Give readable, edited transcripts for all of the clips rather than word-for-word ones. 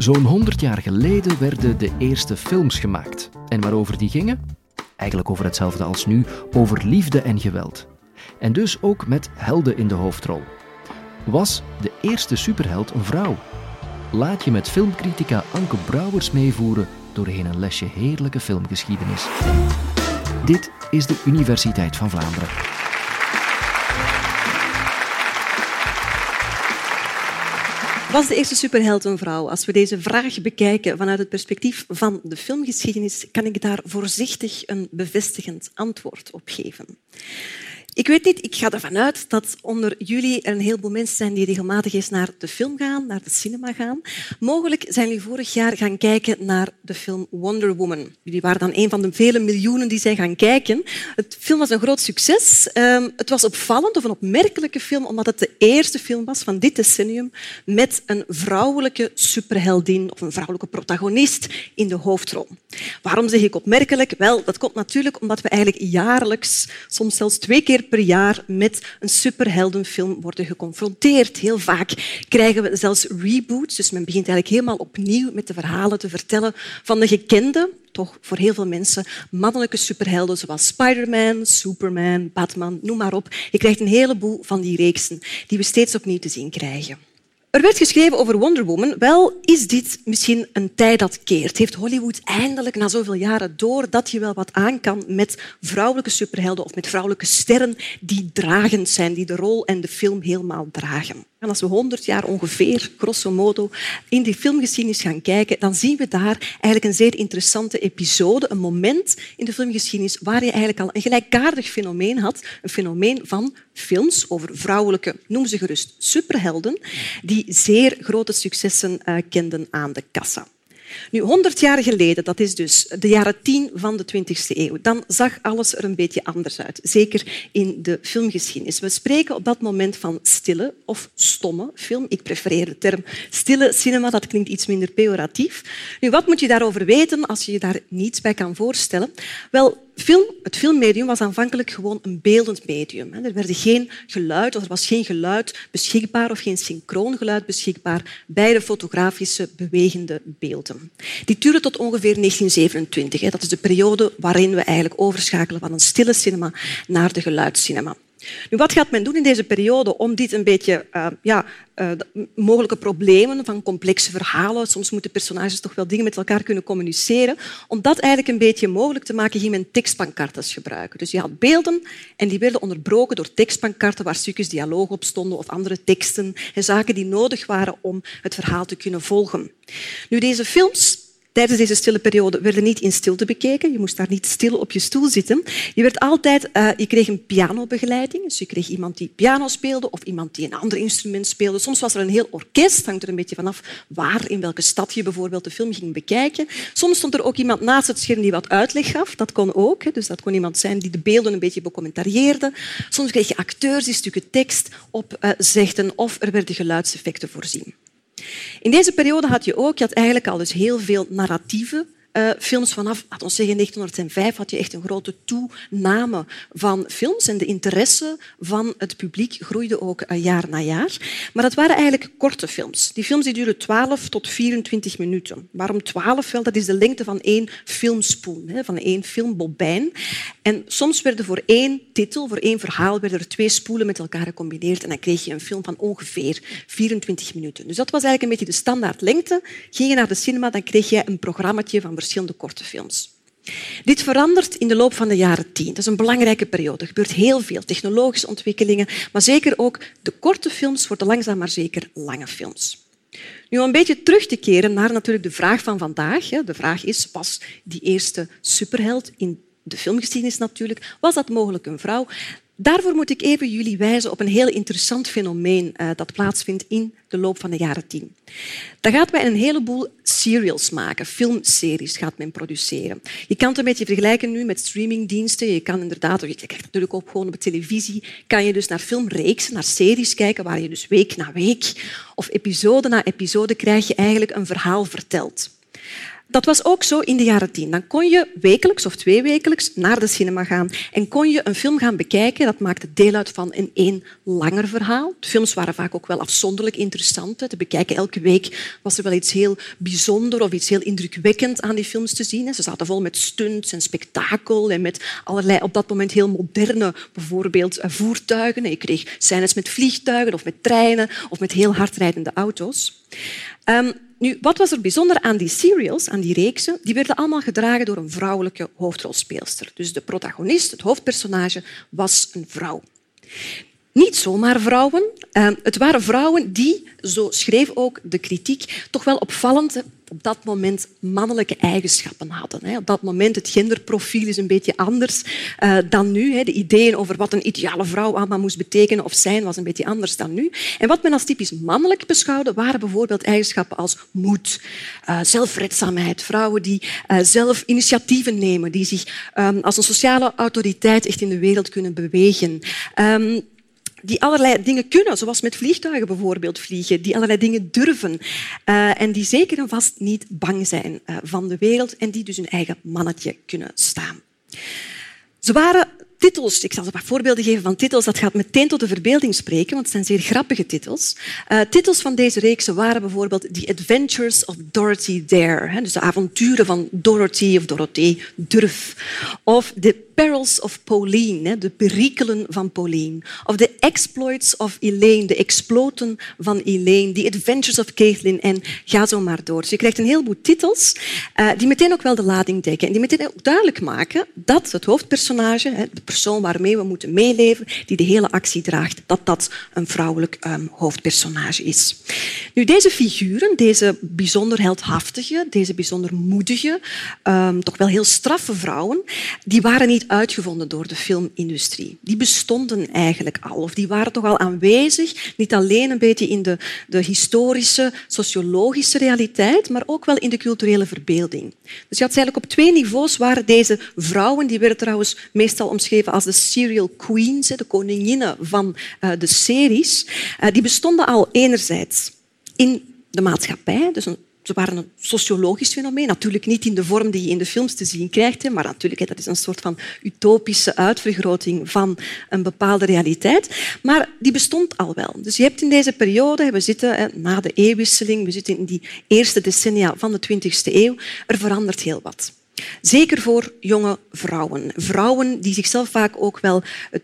Zo'n 100 jaar geleden werden de eerste films gemaakt. En waarover die gingen? Eigenlijk over hetzelfde als nu, over liefde en geweld. En dus ook met helden in de hoofdrol. Was de eerste superheld een vrouw? Laat je met filmcritica Anke Brouwers meevoeren doorheen een lesje heerlijke filmgeschiedenis. Dit is de Universiteit van Vlaanderen. Was de eerste superheld een vrouw? Als we deze vraag bekijken vanuit het perspectief van de filmgeschiedenis, kan ik daar voorzichtig een bevestigend antwoord op geven. Ik weet niet, ik ga ervan uit dat onder jullie er een heleboel mensen zijn die regelmatig eens naar de film gaan, naar de cinema gaan. Mogelijk zijn jullie vorig jaar gaan kijken naar de film Wonder Woman. Jullie waren dan een van de vele miljoenen die zijn gaan kijken. Het film was een groot succes. Het was opvallend of een opmerkelijke film, omdat het de eerste film was van dit decennium met een vrouwelijke superheldin of een vrouwelijke protagonist in de hoofdrol. Waarom zeg ik opmerkelijk? Wel, dat komt natuurlijk omdat we eigenlijk jaarlijks, soms zelfs 2 keer per jaar, met een superheldenfilm worden geconfronteerd. Heel vaak krijgen we zelfs reboots, dus men begint eigenlijk helemaal opnieuw met de verhalen te vertellen van de gekende, toch voor heel veel mensen, mannelijke superhelden zoals Spider-Man, Superman, Batman, noem maar op. Je krijgt een heleboel van die reeksen die we steeds opnieuw te zien krijgen. Er werd geschreven over Wonder Woman. Wel, is dit misschien een tij dat keert? Heeft Hollywood eindelijk na zoveel jaren door dat je wel wat aan kan met vrouwelijke superhelden of met vrouwelijke sterren die dragend zijn, die de rol en de film helemaal dragen? En als we 100 jaar ongeveer, grosso modo, in die filmgeschiedenis gaan kijken, dan zien we daar eigenlijk een zeer interessante episode, een moment in de filmgeschiedenis waar je eigenlijk al een gelijkaardig fenomeen had, een fenomeen van films over vrouwelijke, noem ze gerust, superhelden, die zeer grote successen kenden aan de kassa. Nu, 100 jaar geleden, dat is dus de jaren 10 van de 20e eeuw, dan zag alles er een beetje anders uit. Zeker in de filmgeschiedenis. We spreken op dat moment van stille of stomme film. Ik prefereer de term stille cinema, dat klinkt iets minder pejoratief. Nu, wat moet je daarover weten als je je daar niets bij kan voorstellen? Wel, het filmmedium was aanvankelijk gewoon een beeldend medium. Er werd geen geluid, of er was geen geluid beschikbaar of geen synchroon geluid beschikbaar bij de fotografische bewegende beelden. Die duurde tot ongeveer 1927. Dat is de periode waarin we eigenlijk overschakelen van een stille cinema naar de geluidscinema. Nu, wat gaat men doen in deze periode om dit een beetje mogelijke problemen van complexe verhalen, soms moeten personages toch wel dingen met elkaar kunnen communiceren, om dat eigenlijk een beetje mogelijk te maken, ging men tekstpancartes gebruiken. Dus je had beelden en die werden onderbroken door tekstpancarten waar stukjes dialoog op stonden of andere teksten en zaken die nodig waren om het verhaal te kunnen volgen. Nu, deze films tijdens deze stille periode werden niet in stilte bekeken. Je moest daar niet stil op je stoel zitten. Je kreeg een pianobegeleiding. Dus je kreeg iemand die piano speelde of iemand die een ander instrument speelde. Soms was er een heel orkest. Hangt er een beetje vanaf waar, in welke stad je bijvoorbeeld de film ging bekijken. Soms stond er ook iemand naast het scherm die wat uitleg gaf. Dat kon ook. Dus dat kon iemand zijn die de beelden een beetje becommentarieerde. Soms kreeg je acteurs die stukken tekst opzegden of er werden geluidseffecten voorzien. In deze periode had je eigenlijk al dus heel veel narratieve films. Vanaf, laten we zeggen, 1905 had je echt een grote toename van films en de interesse van het publiek groeide ook jaar na jaar. Maar dat waren eigenlijk korte films. Die films die duren 12 tot 24 minuten. Waarom 12? Wel, dat is de lengte van 1 filmspoel, van 1 filmbobijn. En soms werden voor 1 titel, voor 1 verhaal, werden er 2 spoelen met elkaar gecombineerd en dan kreeg je een film van ongeveer 24 minuten. Dus dat was eigenlijk een beetje de standaardlengte. Ging je naar de cinema, dan kreeg je een programmaatje van verschillende korte films. Dit verandert in de loop van de jaren 10. Dat is een belangrijke periode. Er gebeurt heel veel technologische ontwikkelingen, maar zeker ook de korte films worden langzaam maar zeker lange films. Nu, om een beetje terug te keren naar natuurlijk de vraag van vandaag. De vraag is, was die eerste superheld in de filmgeschiedenis natuurlijk, was dat mogelijk een vrouw? Daarvoor moet ik even jullie wijzen op een heel interessant fenomeen dat plaatsvindt in de loop van de jaren 10. Dan gaat men een heleboel serials maken, filmseries gaat men produceren. Je kan het een beetje vergelijken nu met streamingdiensten. Je kan inderdaad, je krijgt natuurlijk ook gewoon op de televisie, kan je dus naar filmreeksen, naar series kijken waar je dus week na week of episode na episode krijg je eigenlijk een verhaal verteld. Dat was ook zo in de jaren 10. Dan kon je wekelijks of 2 wekelijks naar de cinema gaan en kon je een film gaan bekijken. Dat maakte deel uit van een langer verhaal. De films waren vaak ook wel afzonderlijk interessant te bekijken. Elke week was er wel iets heel bijzonder of iets heel indrukwekkend aan die films te zien. Ze zaten vol met stunts en spektakel en met allerlei op dat moment heel moderne bijvoorbeeld voertuigen. Je kreeg scènes met vliegtuigen of met treinen of met heel hardrijdende auto's. Nu, wat was er bijzonder aan die serials, aan die reeksen? Die werden allemaal gedragen door een vrouwelijke hoofdrolspeelster. Dus de protagonist, het hoofdpersonage, was een vrouw. Niet zomaar vrouwen. Het waren vrouwen die, zo schreef ook de kritiek, toch wel opvallend op dat moment mannelijke eigenschappen hadden. Op dat moment het genderprofiel is een beetje anders dan nu. De ideeën over wat een ideale vrouw allemaal moest betekenen of zijn was een beetje anders dan nu. En wat men als typisch mannelijk beschouwde, waren bijvoorbeeld eigenschappen als moed, zelfredzaamheid, vrouwen die zelf initiatieven nemen, die zich als een sociale autoriteit echt in de wereld kunnen bewegen. Die allerlei dingen kunnen, zoals met vliegtuigen bijvoorbeeld vliegen, die allerlei dingen durven en die zeker en vast niet bang zijn van de wereld en die dus hun eigen mannetje kunnen staan. Ze waren titels, ik zal een paar voorbeelden geven van titels, dat gaat meteen tot de verbeelding spreken, want het zijn zeer grappige titels. Titels van deze reeksen waren bijvoorbeeld The Adventures of Dorothy Dare, dus de avonturen van Dorothy of Dorothee Durf, of The Perils of Pauline, de perikelen van Pauline, of The Exploits of Elaine, de exploten van Elaine, The Adventures of Caitlin en ga zo maar door. Dus je krijgt een heleboel titels die meteen ook wel de lading dekken en die meteen ook duidelijk maken dat het hoofdpersonage, de persoon waarmee we moeten meeleven, die de hele actie draagt, dat dat een vrouwelijk hoofdpersonage is. Nu, deze figuren, deze bijzonder heldhaftige, deze bijzonder moedige, toch wel heel straffe vrouwen, die waren niet uitgevonden door de filmindustrie. Die bestonden eigenlijk al, of die waren toch al aanwezig, niet alleen een beetje in de historische, sociologische realiteit, maar ook wel in de culturele verbeelding. Dus je had eigenlijk op 2 niveaus waren deze vrouwen, die werden trouwens meestal omschreven als de serial queens, de koninginnen van de series, die bestonden al enerzijds in de maatschappij, dus ze waren een sociologisch fenomeen. Natuurlijk niet in de vorm die je in de films te zien krijgt, maar natuurlijk, dat is een soort van utopische uitvergroting van een bepaalde realiteit. Maar die bestond al wel. Dus je hebt in deze periode, we zitten na de eeuwwisseling, we zitten in die eerste decennia van de 20e eeuw, er verandert heel wat. Zeker voor jonge vrouwen. Vrouwen die zichzelf vaak ook wel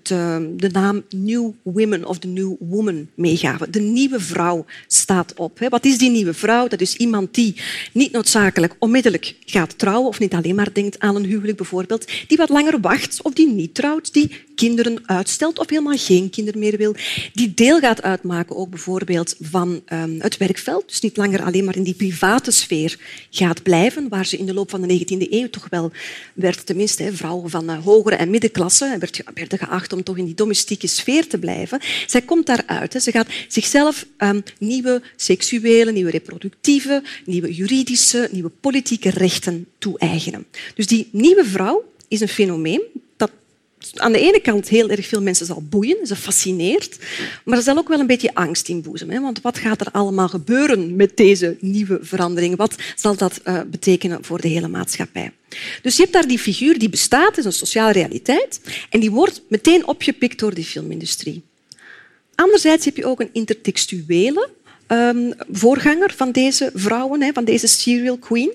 de naam New Women of de New Woman meegaven. De nieuwe vrouw staat op. Wat is die nieuwe vrouw? Dat is iemand die niet noodzakelijk onmiddellijk gaat trouwen of niet alleen maar denkt aan een huwelijk bijvoorbeeld, die wat langer wacht of die niet trouwt, die kinderen uitstelt of helemaal geen kinderen meer wil, die deel gaat uitmaken ook bijvoorbeeld van het werkveld, dus niet langer alleen maar in die private sfeer gaat blijven, waar ze in de loop van de 19e eeuw toch wel werd, tenminste vrouwen van hogere en middenklasse werden geacht om toch in die domestieke sfeer te blijven. Zij komt daaruit. Ze gaat zichzelf nieuwe seksuele, nieuwe reproductieve, nieuwe juridische, nieuwe politieke rechten toe-eigenen. Dus die nieuwe vrouw is een fenomeen dat aan de ene kant heel erg veel mensen zal boeien, ze fascineert, maar er zal ook wel een beetje angst inboezemen. Want wat gaat er allemaal gebeuren met deze nieuwe verandering? Wat zal dat betekenen voor de hele maatschappij? Dus je hebt daar die figuur die bestaat, is een sociale realiteit, en die wordt meteen opgepikt door die filmindustrie. Anderzijds heb je ook een intertextuele voorganger van deze vrouwen, van deze serial queen.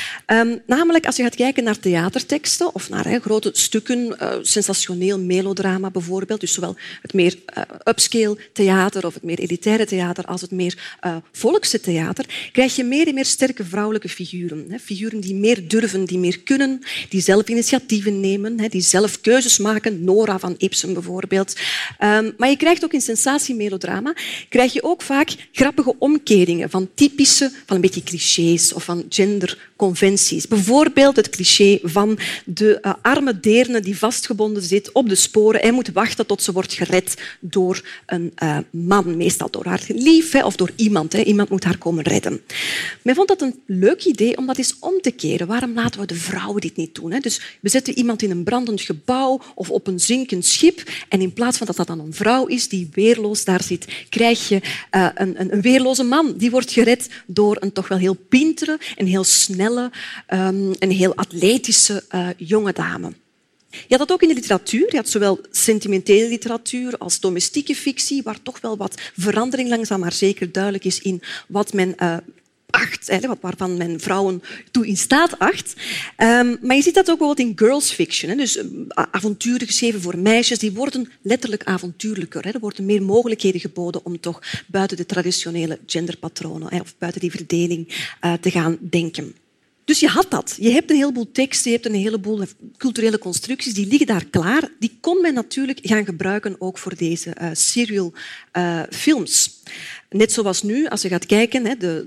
Namelijk als je gaat kijken naar theaterteksten of naar grote stukken, sensationeel melodrama bijvoorbeeld, dus zowel het meer upscale theater of het meer elitaire theater als het meer volkse theater, krijg je meer en meer sterke vrouwelijke figuren. Figuren die meer durven, die meer kunnen, die zelf initiatieven nemen, die zelf keuzes maken. Nora van Ibsen bijvoorbeeld. Maar je krijgt ook in sensatiemelodrama krijg je ook vaak grappige omkeringen van typische, van een beetje clichés of van genderconventies. Bijvoorbeeld het cliché van de arme deerne die vastgebonden zit op de sporen en moet wachten tot ze wordt gered door een man, meestal door haar lief of door iemand. Iemand moet haar komen redden. Men vond dat een leuk idee om dat eens om te keren. Waarom laten we de vrouwen dit niet doen? Dus we zetten iemand in een brandend gebouw of op een zinkend schip en in plaats van dat dat dan een vrouw is die weerloos daar zit, krijg je een weerloze man. Die wordt gered door een toch wel heel pintere en heel snelle snelle, een heel atletische jonge dame. Je had dat ook in de literatuur. Je had zowel sentimentele literatuur als domestieke fictie, waar toch wel wat verandering langzaam maar zeker duidelijk is in wat men acht, waarvan men vrouwen toe in staat acht. Maar je ziet dat ook bijvoorbeeld in girls fiction. Dus avonturen geschreven voor meisjes, die worden letterlijk avontuurlijker. Er worden meer mogelijkheden geboden om toch buiten de traditionele genderpatronen of buiten die verdeling te gaan denken. Dus je had dat. Je hebt een heleboel teksten, je hebt een heleboel culturele constructies, die liggen daar klaar. Die kon men natuurlijk gaan gebruiken ook voor deze serial films. Net zoals nu, als je gaat kijken,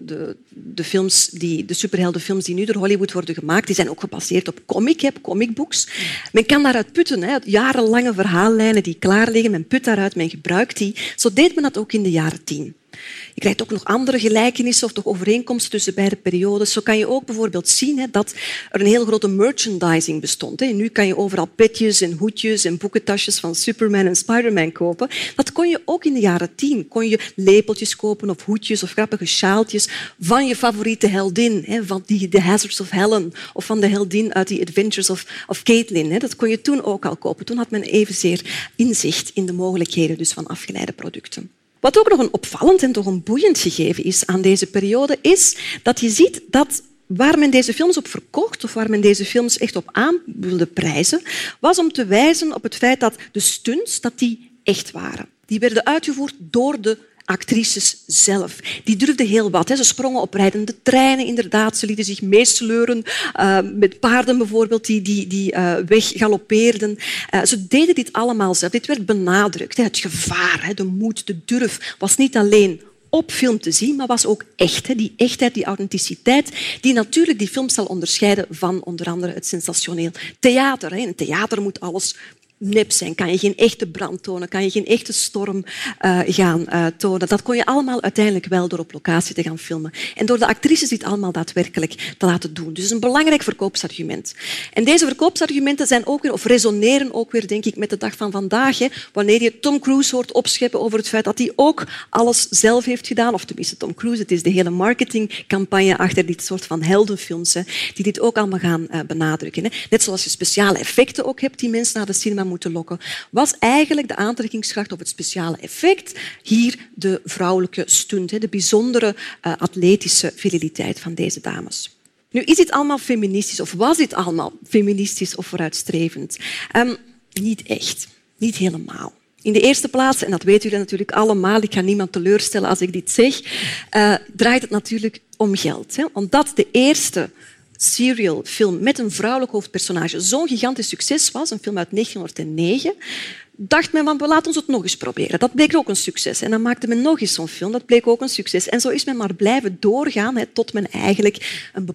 de superheldenfilms die nu door Hollywood worden gemaakt, die zijn ook gebaseerd op comicbooks. Men kan daaruit putten, jarenlange verhaallijnen die klaar liggen, men put daaruit, men gebruikt die. Zo deed men dat ook in de jaren 10. Je krijgt ook nog andere gelijkenissen of toch overeenkomsten tussen beide periodes. Zo kan je ook bijvoorbeeld zien dat er een heel grote merchandising bestond. Nu kan je overal petjes en hoedjes en boekentasjes van Superman en Spider-Man kopen. Dat kon je ook in de jaren 10. Kon je lepeltjes kopen of hoedjes of grappige sjaaltjes van je favoriete heldin, van The Hazards of Helen of van de heldin uit The Adventures of Caitlin. Dat kon je toen ook al kopen. Toen had men evenzeer inzicht in de mogelijkheden dus van afgeleide producten. Wat ook nog een opvallend en toch een boeiend gegeven is aan deze periode, is dat je ziet dat waar men deze films op verkocht of waar men deze films echt op aan wilde prijzen, was om te wijzen op het feit dat de stunts die echt waren. Die werden uitgevoerd door de actrices zelf. Die durfden heel wat. Ze sprongen op rijdende treinen, inderdaad. Ze lieten zich meesleuren met paarden bijvoorbeeld die weggaloppeerden. Ze deden dit allemaal zelf. Dit werd benadrukt. Het gevaar, de moed, de durf was niet alleen op film te zien, maar was ook echt. Die echtheid, die authenticiteit, die natuurlijk die film zal onderscheiden van onder andere het sensationeel theater. In theater moet alles nep zijn. Kan je geen echte brand tonen, kan je geen echte storm gaan tonen. Dat kon je allemaal uiteindelijk wel door op locatie te gaan filmen. En door de actrices dit allemaal daadwerkelijk te laten doen. Dus een belangrijk verkoopsargument. En deze verkoopsargumenten zijn ook weer, of resoneren ook weer, denk ik, met de dag van vandaag. Wanneer je Tom Cruise hoort opscheppen over het feit dat hij ook alles zelf heeft gedaan, of tenminste Tom Cruise, het is de hele marketingcampagne achter dit soort van heldenfilms, die dit ook allemaal gaan benadrukken. Net zoals je speciale effecten ook hebt die mensen naar de cinema moeten lokken, was eigenlijk de aantrekkingskracht of het speciale effect hier de vrouwelijke stunt, de bijzondere atletische viriliteit van deze dames. Nu, is dit allemaal feministisch of was dit allemaal feministisch of vooruitstrevend? Niet echt. Niet helemaal. In de eerste plaats, en dat weten jullie natuurlijk allemaal, ik ga niemand teleurstellen als ik dit zeg, draait het natuurlijk om geld. Omdat de eerste serial film met een vrouwelijk hoofdpersonage zo'n gigantisch succes was, een film uit 1909, dacht men van, we laten ons het nog eens proberen. Dat bleek ook een succes. En dan maakte men nog eens zo'n film, dat bleek ook een succes. En zo is men maar blijven doorgaan tot men eigenlijk een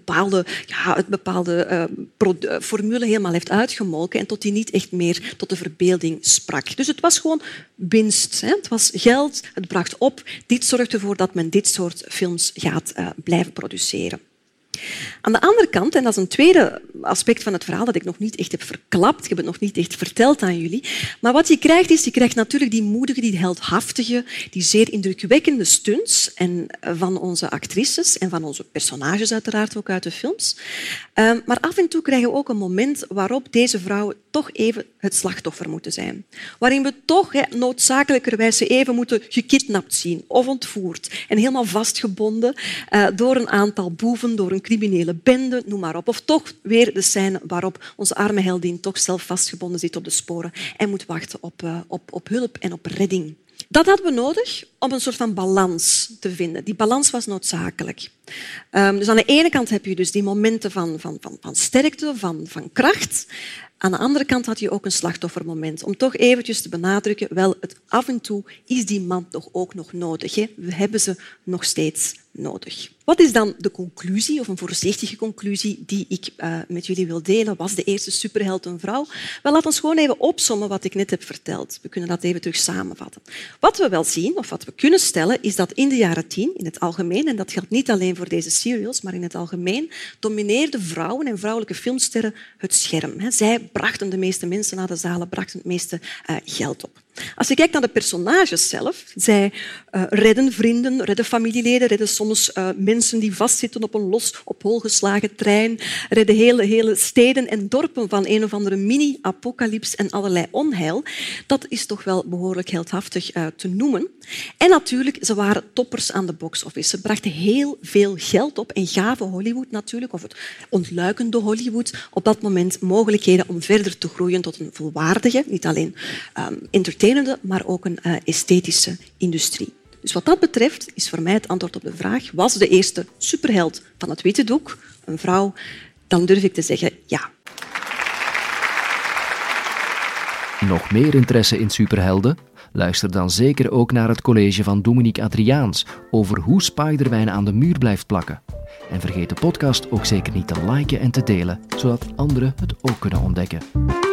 bepaalde formule helemaal heeft uitgemolken en tot die niet echt meer tot de verbeelding sprak. Dus het was gewoon winst. Het was geld, het bracht op. Dit zorgt ervoor dat men dit soort films gaat blijven produceren. Aan de andere kant, en dat is een tweede aspect van het verhaal dat ik nog niet echt heb verklapt, ik heb het nog niet echt verteld aan jullie, maar wat je krijgt is, je krijgt natuurlijk die moedige, die heldhaftige, die zeer indrukwekkende stunts van onze actrices en van onze personages uiteraard ook uit de films. Maar af en toe krijgen we ook een moment waarop deze vrouwen toch even het slachtoffer moeten zijn. Waarin we toch noodzakelijkerwijs ze even moeten gekidnapt zien of ontvoerd en helemaal vastgebonden door een aantal boeven, door een criminele bende, noem maar op. Of toch weer de scène waarop onze arme heldin toch zelf vastgebonden zit op de sporen en moet wachten op hulp en op redding. Dat hadden we nodig om een soort van balans te vinden. Die balans was noodzakelijk. Dus aan de ene kant heb je dus die momenten van sterkte, van kracht. Aan de andere kant had je ook een slachtoffermoment. Om toch eventjes te benadrukken, wel, af en toe is die man toch ook nog nodig. We hebben ze nog steeds nodig. Wat is dan de conclusie, of een voorzichtige conclusie, die ik met jullie wil delen? Was de eerste superheld een vrouw? Wel, laat ons gewoon even opsommen wat ik net heb verteld. We kunnen dat even terug samenvatten. Wat we wel zien, of wat we kunnen stellen, is dat in de jaren 10, in het algemeen, en dat geldt niet alleen voor deze serials, maar in het algemeen, domineerden vrouwen en vrouwelijke filmsterren het scherm. Zij brachten de meeste mensen naar de zalen, brachten het meeste geld op. Als je kijkt naar de personages zelf, zij redden vrienden, redden familieleden, redden soms mensen die vastzitten op een los op hol geslagen trein, redden hele steden en dorpen van een of andere mini-apocalyps en allerlei onheil. Dat is toch wel behoorlijk heldhaftig te noemen. En natuurlijk, ze waren toppers aan de box-office. Ze brachten heel veel geld op en gaven Hollywood natuurlijk, of het ontluikende Hollywood, op dat moment mogelijkheden om verder te groeien tot een volwaardige, niet alleen entertainende, maar ook een esthetische industrie. Dus wat dat betreft is voor mij het antwoord op de vraag, was de eerste superheld van het witte doek een vrouw? Dan durf ik te zeggen ja. Nog meer interesse in superhelden? Luister dan zeker ook naar het college van Dominique Adriaans over hoe Spider-Man aan de muur blijft plakken. En vergeet de podcast ook zeker niet te liken en te delen, zodat anderen het ook kunnen ontdekken.